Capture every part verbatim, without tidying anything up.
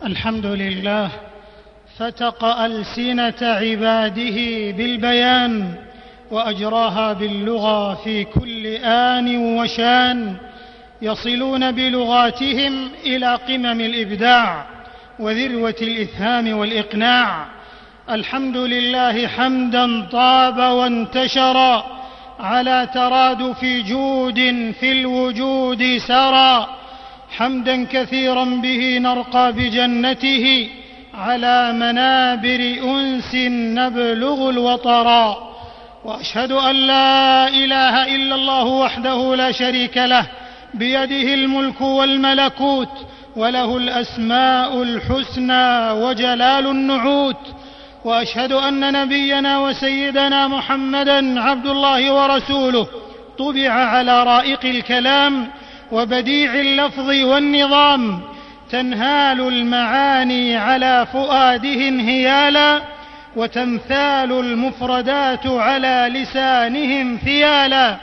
الحمد لله فتق ألسنة عباده بالبيان وأجراها باللغة في كل آن وشان، يصلون بلغاتهم إلى قمم الإبداع وذروة الإفهام والإقناع. الحمد لله حمدا طاب وانتشر على ترادف جود في الوجود سرى، حمدا كثيرا به نرقى بجنته على منابر أنس نبلغ الوطرا. وأشهد أن لا إله إلا الله وحده لا شريك له، بيده الملك والملكوت وله الأسماء الحسنى وجلال النعوت. وأشهد أن نبينا وسيدنا محمدًا عبد الله ورسوله، طبع على رائق الكلام وبديع اللفظ والنظام، تنهال المعاني على فؤاده انهيالا، وتمثال المفردات على لسانه امثيالا،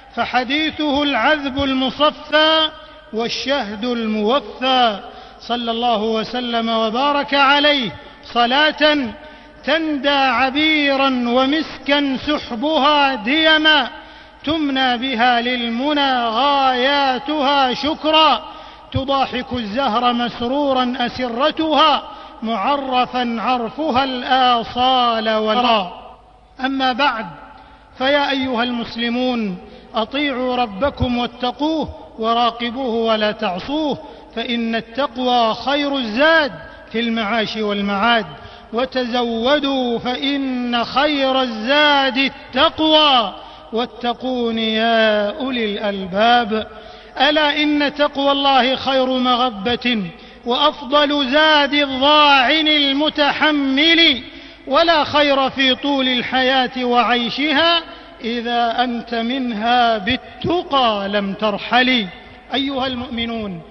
فحديثه العذب المصفى والشهد الموفى، صلى الله وسلم وبارك عليه صلاة تندى عبيرا ومسكا سحبها ديما، تمنى بها للمنى غاياتها شكرا، تضاحك الزهر مسرورا أسرتها، معرفا عرفها الآصال والرا. أما بعد، فيا أيها المسلمون، أطيعوا ربكم واتقوه وراقبوه ولا تعصوه، فإن التقوى خير الزاد في المعاش والمعاد، وتزودوا فإن خير الزاد التقوى، واتقون يا أولي الألباب. ألا إن تقوى الله خير مغبة وأفضل زاد الضاعن المتحمل، ولا خير في طول الحياة وعيشها إذا أنت منها بالتقى لم ترحل. أيها المؤمنون،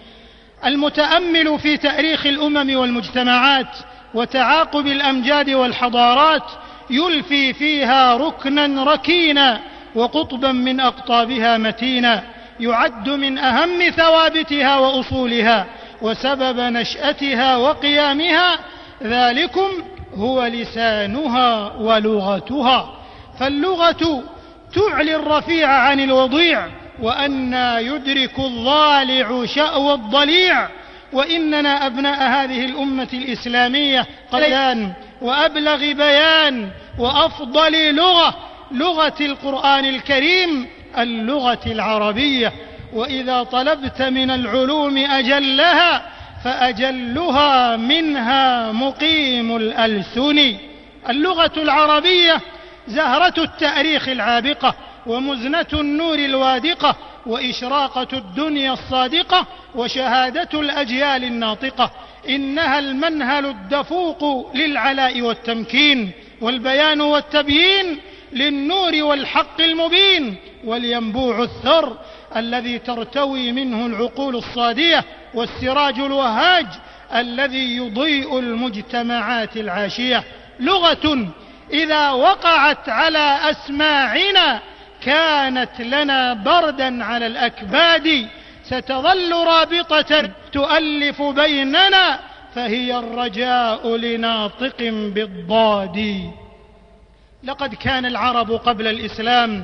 المتأمل في تاريخ الأمم والمجتمعات وتعاقب الأمجاد والحضارات يلفي فيها ركنا ركينا وقطبا من أقطابها متينا، يعد من أهم ثوابتها وأصولها وسبب نشأتها وقيامها، ذلكم هو لسانها ولغتها. فاللغة تعلي الرفيع عن الوضيع، وأنى يدرك الضالع شأو الضليع. وإننا أبناء هذه الأمة الإسلامية قليان وأبلغ بيان وأفضل لغة، لغة القرآن الكريم، اللغة العربية. وإذا طلبت من العلوم أجلها فأجلها منها مقيم الألسن. اللغة العربية زهرة التاريخ العابقة، ومزنة النور الوادقة، وإشراقة الدنيا الصادقة، وشهادة الأجيال الناطقة. إنها المنهل الدفوق للعلاء والتمكين، والبيان والتبيين للنور والحق المبين، والينبوع الثر الذي ترتوي منه العقول الصادية، والسراج الوهاج الذي يضيء المجتمعات العاشية. لغة إذا وقعت على أسماعنا كانت لنا بردا على الأكباد، ستظل رابطة تؤلف بيننا، فهي الرجاء لناطق بالضاد. لقد كان العرب قبل الإسلام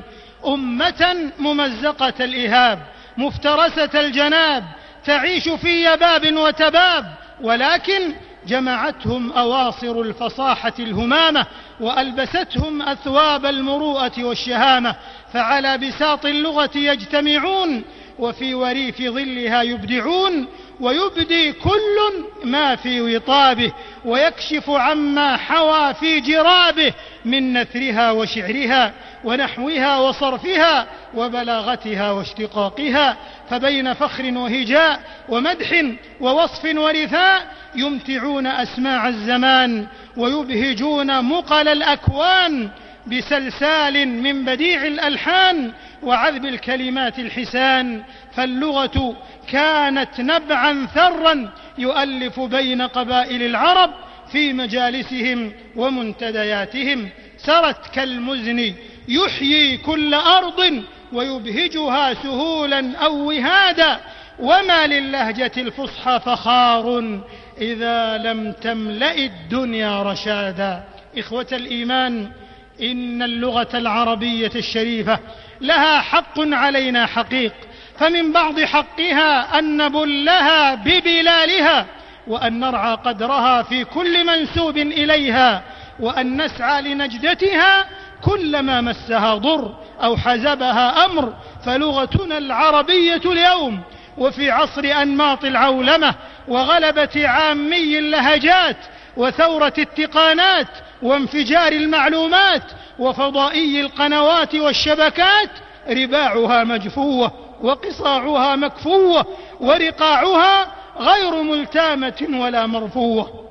أمة ممزقة الإهاب، مفترسة الجناب، تعيش في يباب وتباب، ولكن جمعتهم أواصر الفصاحة الهمامة، وألبستهم أثواب المروءة والشهامة، فعلى بساط اللغة يجتمعون، وفي وريف ظلها يبدعون، ويبدي كل ما في وطابه، ويكشف عما حوى في جرابه من نثرها وشعرها ونحوها وصرفها وبلاغتها واشتقاقها. فبين فخر وهجاء ومدح ووصف ورثاء يمتعون أسماع الزمان، ويبهجون مقل الأكوان بسلسال من بديع الألحان وعذب الكلمات الحسان. فاللغة كانت نبعا ثرا يؤلف بين قبائل العرب في مجالسهم ومنتدياتهم، سرت كالمزن يحيي كل أرض ويبهجها سهولا أو وهادا، وما للهجة الفصحى فخار إذا لم تملأ الدنيا رشادا. إخوة الإيمان، إن اللغة العربية الشريفة لها حق علينا حقيق، فمن بعض حقها أن نبلها ببلالها، وأن نرعى قدرها في كل منسوب إليها، وأن نسعى لنجدتها كلما مسها ضر أو حزبها أمر. فلغتنا العربية اليوم وفي عصر أنماط العولمة وغلبة عامي اللهجات وثورة التقانات وانفجار المعلومات وفضائي القنوات والشبكات، رباعها مجفوة وقصاعها مكفوة ورقاعها غير ملتامة ولا مرفوة.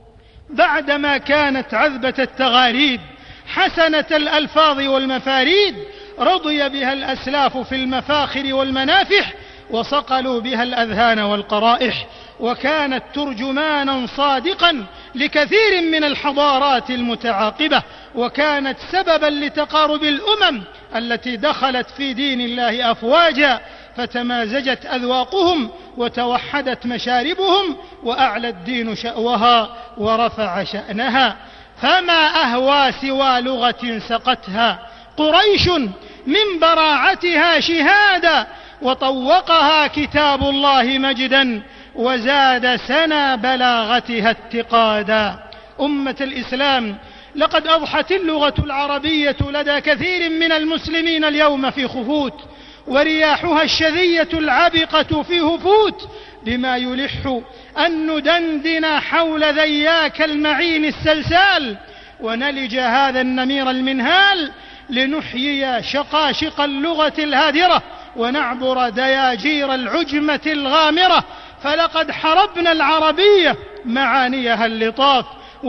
بعدما كانت عذبة التغاريد حسنة الألفاظ والمفاريد، رضي بها الأسلاف في المفاخر والمنافح، وصقلوا بها الأذهان والقرائح، وكانت ترجمانا صادقا لكثير من الحضارات المتعاقبة، وكانت سببا لتقارب الأمم التي دخلت في دين الله أفواجا، فتمازجت أذواقهم وتوحدت مشاربهم، وأعلى الدين شأوها ورفع شأنها. فما أهوى سوى لغة سقتها قريش من براعتها شهادا، وطوقها كتاب الله مجدا، وزاد سنا بلاغتها اتقادا. أمة الإسلام، لقد أضحت اللغة العربية لدى كثير من المسلمين اليوم في خفوت، ورياحها الشذية العبقة في هفوت، بما يلح أن ندندن حول ذياك المعين السلسال، ونلج هذا النمير المنهال، لنحيي شقاشق اللغة الهادرة، ونعبر دياجير العجمة الغامرة. فلقد حربنا العربية معانيها اللطاف،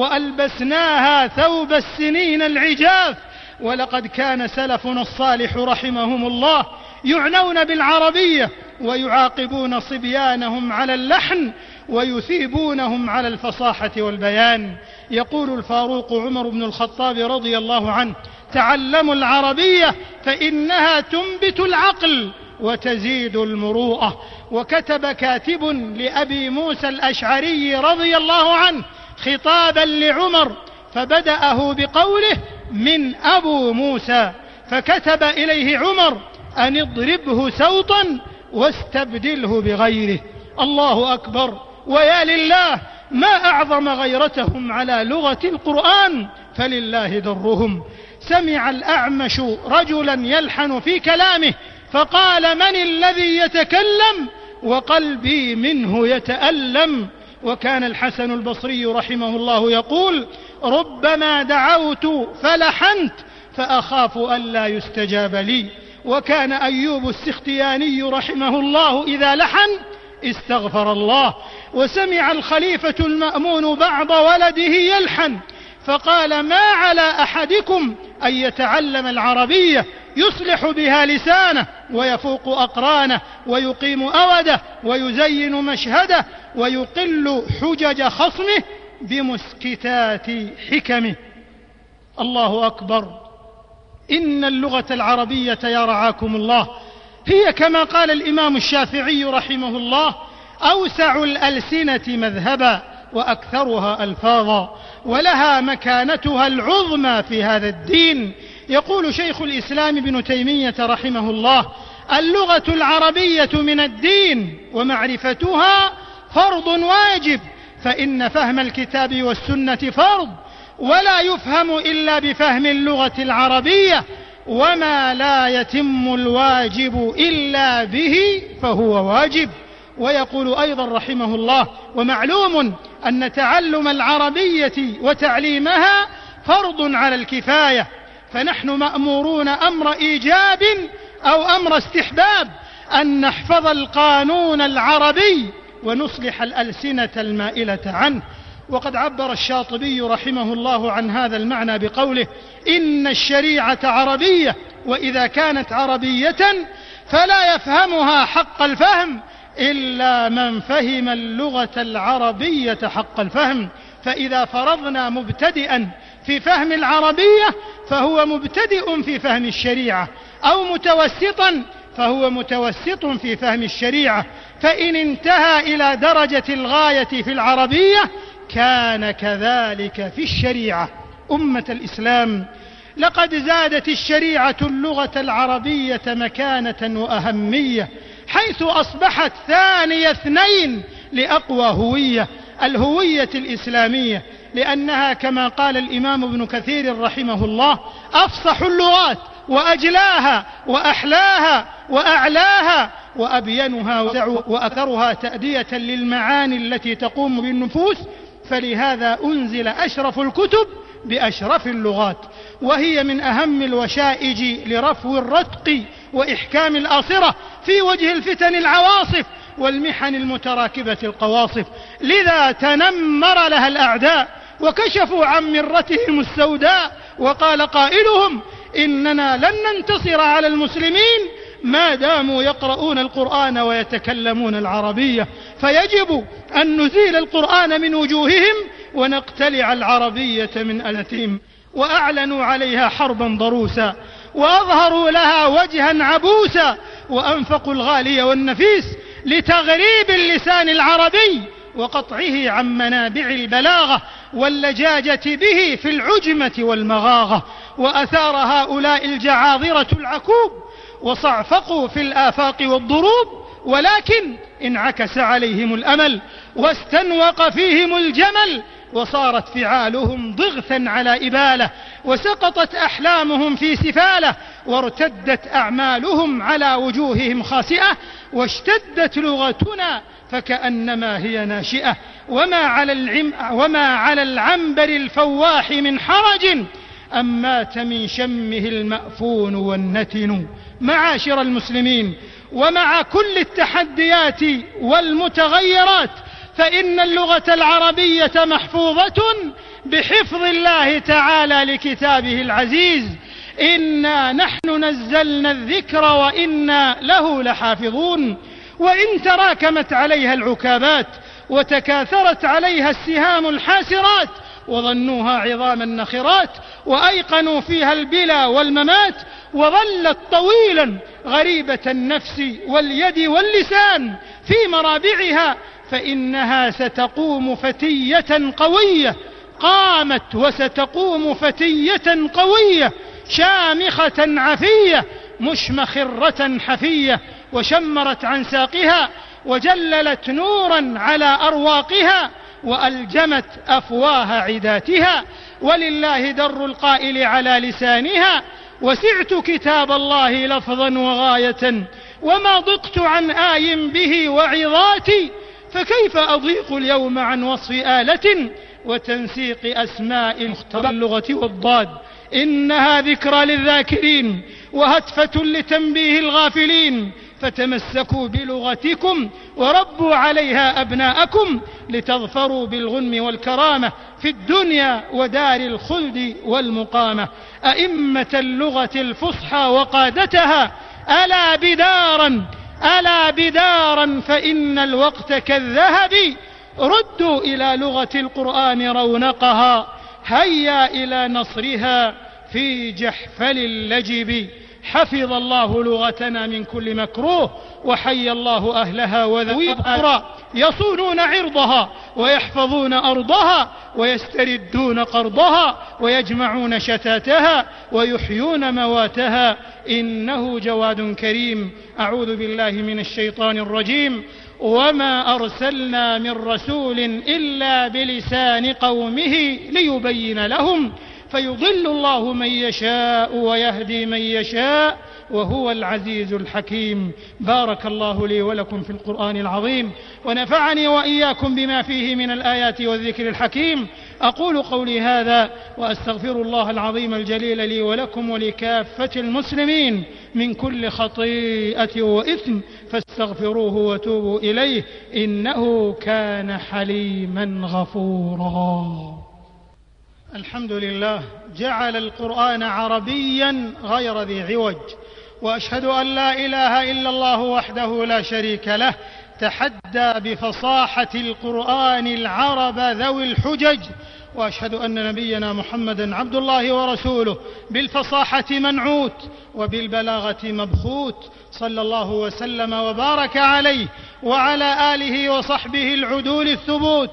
وألبسناها ثوب السنين العجاف. ولقد كان سلفنا الصالح رحمهم الله يعنون بالعربية، ويعاقبون صبيانهم على اللحن، ويثيبونهم على الفصاحة والبيان. يقول الفاروق عمر بن الخطاب رضي الله عنه: تعلموا العربية فإنها تنبت العقل وتزيد المروءة. وكتب كاتب لأبي موسى الأشعري رضي الله عنه خطابا لعمر، فبدأه بقوله: من أبو موسى، فكتب إليه عمر: أن اضربه سوطا واستبدله بغيره. الله أكبر، ويا لله ما أعظم غيرتهم على لغة القرآن، فلله درهم. سمع الأعمش رجلا يلحن في كلامه فقال: من الذي يتكلم وقلبي منه يتألم؟ وكان الحسن البصري رحمه الله يقول: ربما دعوت فلحنت فأخاف ألا يستجاب لي. وكان أيوب السختياني رحمه الله إذا لحن استغفر الله. وسمع الخليفة المأمون بعض ولده يلحن فقال: ما على أحدكم أن يتعلم العربية يصلح بها لسانه ويفوق أقرانه ويقيم أوده ويزين مشهده ويقل حجج خصمه بمسكتات حكمه. الله أكبر. إن اللغة العربية يا رعاكم الله هي كما قال الإمام الشافعي رحمه الله: أوسع الألسنة مذهبا وأكثرها ألفاظا، ولها مكانتها العظمى في هذا الدين. يقول شيخ الإسلام ابن تيمية رحمه الله: اللغة العربية من الدين، ومعرفتها فرض واجب، فإن فهم الكتاب والسنة فرض، ولا يفهم إلا بفهم اللغة العربية، وما لا يتم الواجب إلا به فهو واجب. ويقول أيضا رحمه الله: ومعلوم أن تعلم العربية وتعليمها فرض على الكفاية، فنحن مأمورون أمر إيجاب أو أمر استحباب أن نحفظ القانون العربي ونصلح الألسنة المائلة عنه. وقد عبر الشاطبي رحمه الله عن هذا المعنى بقوله: إن الشريعة عربية، وإذا كانت عربية فلا يفهمها حق الفهم إلا من فهم اللغة العربية حق الفهم. فإذا فرضنا مبتدئا في فهم العربية فهو مبتدئ في فهم الشريعة، أو متوسطا فهو متوسط في فهم الشريعة. فإن انتهى إلى درجة الغاية في العربية كان كذلك في الشريعة. أمة الإسلام، لقد زادت الشريعة اللغة العربية مكانة وأهمية، حيث أصبحت ثاني اثنين لأقوى هوية، الهوية الإسلامية، لأنها كما قال الإمام ابن كثير رحمه الله أفصح اللغات وأجلاها وأحلاها وأعلاها وأبينها وأكثرها تأدية للمعاني التي تقوم بالنفوس، فلهذا أنزل أشرف الكتب بأشرف اللغات، وهي من أهم الوشائج لرفع الرتق وإحكام الآصرة في وجه الفتن العواصف والمحن المتراكبة القواصف. لذا تنمر لها الأعداء وكشفوا عن مرتهم السوداء، وقال قائلهم إننا لن ننتصر على المسلمين ما داموا يقرؤون القرآن ويتكلمون العربية، فيجب أن نزيل القرآن من وجوههم ونقتلع العربية من ألتهم. وأعلنوا عليها حربا ضروسا، وأظهروا لها وجها عبوسا، وأنفقوا الغالي والنفيس لتغريب اللسان العربي وقطعه عن منابع البلاغة واللجاجة به في العجمة والمغاغة. وأثار هؤلاء الجعاظرة العكوب وصعفقوا في الآفاق والضروب، ولكن انعكس عليهم الأمل واستنوق فيهم الجمل، وصارت فعالهم ضغثا على إبالة، وسقطت أحلامهم في سفالة، وارتدت أعمالهم على وجوههم خاسئة، واشتدت لغتنا فكأنما هي ناشئة، وما على, العم وما على العنبر الفواح من حرج أم مات من شمه المأفون والنتن. معاشر المسلمين، ومع كل التحديات والمتغيرات فإن اللغة العربية محفوظة بحفظ الله تعالى لكتابه العزيز. إنا نحن نزلنا الذكر وإنا له لحافظون. وإن تراكمت عليها العكابات وتكاثرت عليها السهام الحاسرات وظنوها عظام النخرات وأيقنوا فيها البلا والممات، وظلت طويلا غريبة النفس واليد واللسان في مرابعها، فإنها ستقوم فتية قوية، قامت وستقوم فتية قوية شامخة عفية مشمخرة حفية، وشمرت عن ساقها وجللت نورا على أرواقها وألجمت أفواه عداتها. ولله در القائل على لسانها وسعت كتاب الله لفظا وغاية، وما ضقت عن آي به وعظاتي، فكيف أضيق اليوم عن وصف آلة وتنسيق أسماء مختبر اللغة والضاد. إنها ذكرى للذاكرين وهتفة لتنبيه الغافلين، فتمسكوا بلغتكم وربوا عليها أبناءكم لتظفروا بالغنم والكرامة في الدنيا ودار الخلد والمقامة. أئمة اللغة الفصحى وقادتها ألا بدارا ألا بدارا فإن الوقت كالذهب، ردوا إلى لغة القرآن رونقها، هيا إلى نصرها في جحفل اللجب. حفظ الله لغتنا من كل مكروه، وحي الله أهلها وذوي القرى يصونون عرضها ويحفظون أرضها ويستردون قرضها ويجمعون شتاتها ويحيون مواتها، إنه جواد كريم. أعوذ بالله من الشيطان الرجيم. وما أرسلنا من رسول إلا بلسان قومه ليبين لهم، فيضل الله من يشاء ويهدي من يشاء وهو العزيز الحكيم. بارك الله لي ولكم في القرآن العظيم، ونفعني وإياكم بما فيه من الآيات والذكر الحكيم. أقول قولي هذا وأستغفر الله العظيم الجليل لي ولكم ولكافة المسلمين من كل خطيئة وإثم، فاستغفروه وتوبوا إليه إنه كان حليما غفورا. الحمد لله جعل القرآن عربيا غير ذي عوج، وأشهد أن لا إله إلا الله وحده لا شريك له، تحدى بفصاحة القرآن العرب ذوي الحجج وأشهد أن نبينا محمدا عبد الله ورسوله بالفصاحة منعوت وبالبلاغة مبخوت، صلى الله وسلم وبارك عليه وعلى آله وصحبه العدول الثبوت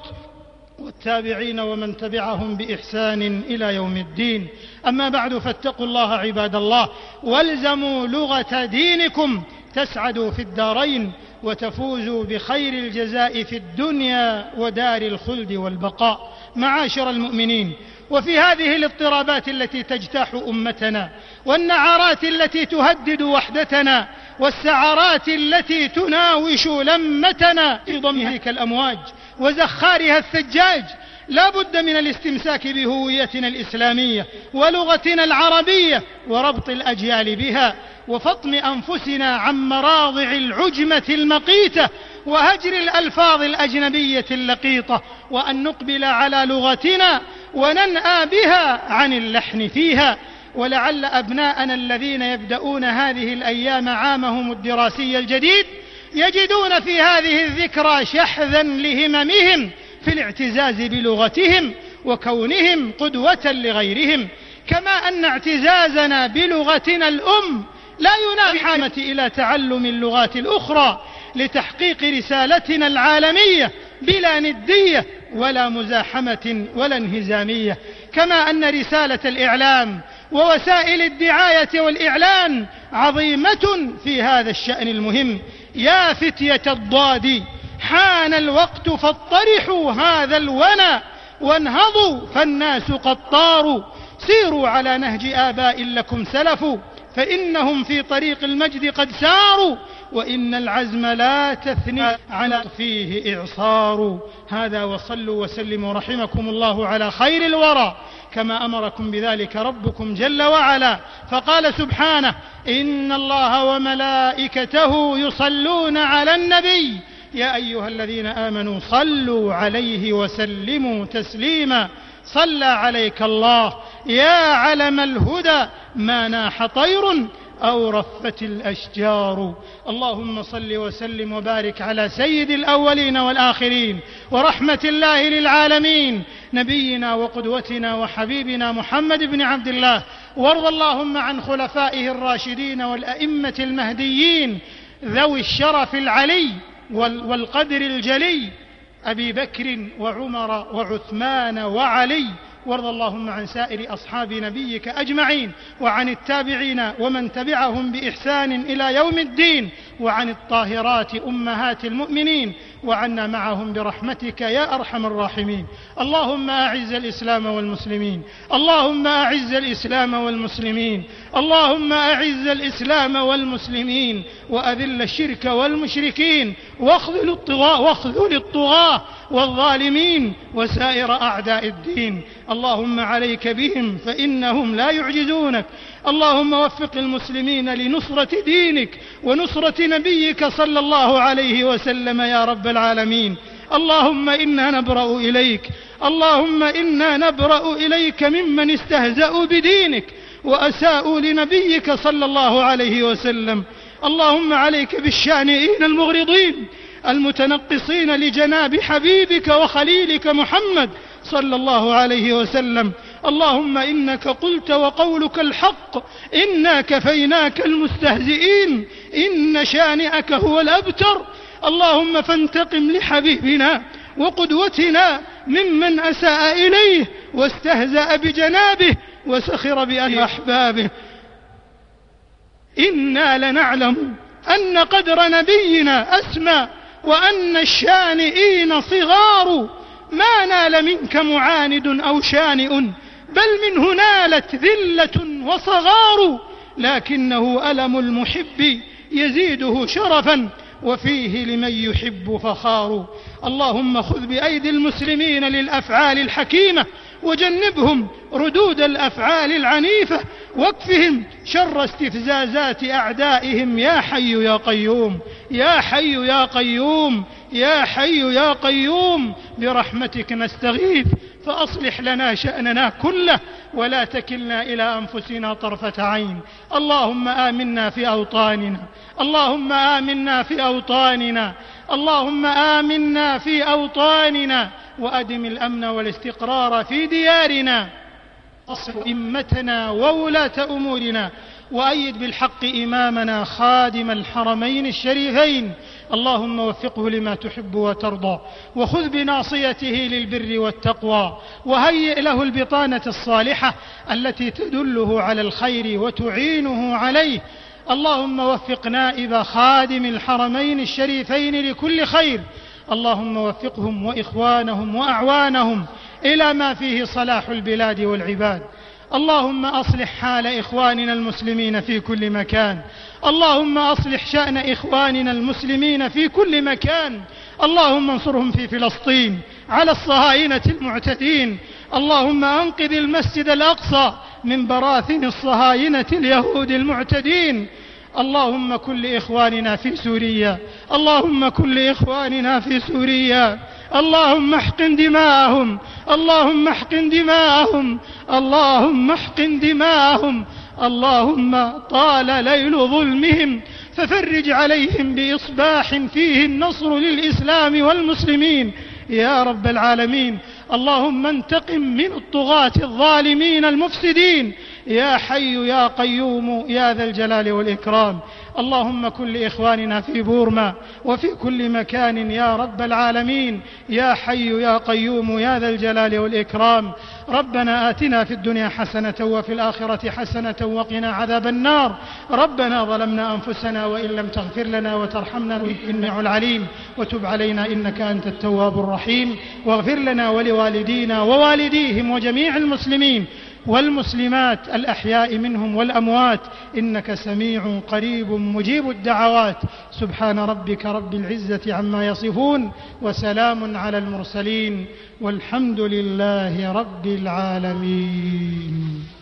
والتابعين ومن تبعهم بإحسان إلى يوم الدين. أما بعد، فاتقوا الله عباد الله، والزموا لغة دينكم تسعدوا في الدارين وتفوزوا بخير الجزاء في الدنيا ودار الخلد والبقاء. معاشر المؤمنين، وفي هذه الاضطرابات التي تجتاح أمتنا، والنعرات التي تهدد وحدتنا، والسعرات التي تناوش لمتنا في ضمها كالأمواج وزخارها الثجاج، لا بد من الاستمساك بهويتنا الإسلامية ولغتنا العربية وربط الأجيال بها، وفطم أنفسنا عن مراضع العجمة المقيتة وهجر الألفاظ الأجنبية اللقيطة، وأن نقبل على لغتنا وننأى بها عن اللحن فيها. ولعل أبناءنا الذين يبدأون هذه الأيام عامهم الدراسي الجديد يجدون في هذه الذكرى شحذا لهممهم في الاعتزاز بلغتهم وكونهم قدوة لغيرهم، كما أن اعتزازنا بلغتنا الأم لا ينافي الحاجة إلى تعلم اللغات الأخرى لتحقيق رسالتنا العالمية بلا ندية ولا مزاحمة ولا انهزامية، كما أن رسالة الإعلام ووسائل الدعاية والإعلان عظيمة في هذا الشأن المهم. يا فتية الضاد، حان الوقت فاطرحوا هذا الونى، وانهضوا فالناس قد طاروا، سيروا على نهج آباء لكم سلفوا، فإنهم في طريق المجد قد ساروا، وإن العزم لا تثني على فيه إعصار. هذا، وصلوا وسلموا رحمكم الله على خير الورى كما أمركم بذلك ربكم جل وعلا، فقال سبحانه: إن الله وملائكته يصلون على النبي يا أيها الذين آمنوا صلوا عليه وسلموا تسليما. صلى عليك الله يا علم الهدى، ما ناح طير أو رفت الأشجار. اللهم صل وسلم وبارك على سيد الأولين والآخرين ورحمة الله للعالمين، نبينا وقدوتنا وحبيبنا محمد بن عبد الله، وارض اللهم عن خلفائه الراشدين والأئمة المهديين ذوي الشرف العلي والقدر الجلي، أبي بكر وعمر وعثمان وعلي، وارض اللهم عن سائر أصحاب نبيك أجمعين، وعن التابعين ومن تبعهم بإحسان إلى يوم الدين، وعن الطاهرات أمهات المؤمنين، وعنا معهم برحمتك يا أرحم الراحمين. اللهم أعز الإسلام والمسلمين، اللهم أعز الإسلام والمسلمين، اللهم أعز الإسلام والمسلمين، وأذل الشرك والمشركين، واخذل الطغاة واخذل الطغاة والظالمين وسائر أعداء الدين. اللهم عليك بهم فإنهم لا يعجزونك. اللهم وفق المسلمين لنصرة دينك ونصرة نبيك صلى الله عليه وسلم يا رب العالمين. اللهم إنا نبرأ إليك اللهم إنا نبرأ إليك ممن استهزأوا بدينك وأساءوا لنبيك صلى الله عليه وسلم. اللهم عليك بالشانئين المغرضين المتنقصين لجناب حبيبك وخليلك محمد صلى الله عليه وسلم. اللهم إنك قلت وقولك الحق، إنا كفيناك المستهزئين، إن شانئك هو الأبتر. اللهم فانتقم لحبيبنا وقدوتنا ممن أساء إليه واستهزأ بجنابه وسخر بأن أحبابه. إنا لنعلم أن قدر نبينا أسمى، وأن الشانئين صغار، ما نال منك معاند أو شانئ، بل منه نالت ذلة وصغار، لكنه ألم المحب يزيده شرفا، وفيه لمن يحب فخار. اللهم خذ بأيدي المسلمين للأفعال الحكيمة، وجنبهم ردود الأفعال العنيفة، واكفهم شر استفزازات أعدائهم يا حي يا قيوم، يا حي يا قيوم، يا حي يا قيوم، برحمتك نستغيث، فأصلح لنا شأننا كله ولا تكلنا إلى أنفسنا طرفة عين. اللهم آمنا في أوطاننا، اللهم آمنا في أوطاننا، اللهم آمنا في أوطاننا وأدم الأمن والاستقرار في ديارنا، أصلح أئمتنا وولاة أمورنا، وأيد بالحق إمامنا خادم الحرمين الشريفين، اللهم وفقه لما تحب وترضى، وخذ بناصيته للبر والتقوى، وهيئ له البطانة الصالحة التي تدله على الخير وتعينه عليه. اللهم وفق نائب خادم الحرمين الشريفين لكل خير، اللهم وفقهم وإخوانهم وأعوانهم إلى ما فيه صلاح البلاد والعباد. اللهم أصلح حال إخواننا المسلمين في كل مكان، اللهم أصلح شأن إخواننا المسلمين في كل مكان، اللهم انصرهم في فلسطين على الصهاينة المعتدين، اللهم أنقذ المسجد الأقصى من براثن الصهاينة اليهود المعتدين. اللهم كن لإخواننا في سوريا، اللهم كن لإخواننا في سوريا، اللهم احقن دماءهم، اللهم احقن دماءهم، اللهم احقن دماءهم. اللهم طال ليل ظلمهم ففرج عليهم بإصباح فيه النصر للإسلام والمسلمين يا رب العالمين. اللهم انتقم من الطغاة الظالمين المفسدين يا حي يا قيوم يا ذا الجلال والإكرام. اللهم كن لإخواننا في بورما وفي كل مكان يا رب العالمين يا حي يا قيوم يا ذا الجلال والإكرام. ربنا آتنا في الدنيا حسنة وفي الآخرة حسنة وقنا عذاب النار. ربنا ظلمنا أنفسنا وإن لم تغفر لنا وترحمنا إنك العليم، وتب علينا إنك أنت التواب الرحيم، واغفر لنا ولوالدينا ووالديهم وجميع المسلمين والمسلمات الأحياء منهم والأموات إنك سميع قريب مجيب الدعوات. سبحان ربك رب العزة عما يصفون، وسلام على المرسلين، والحمد لله رب العالمين.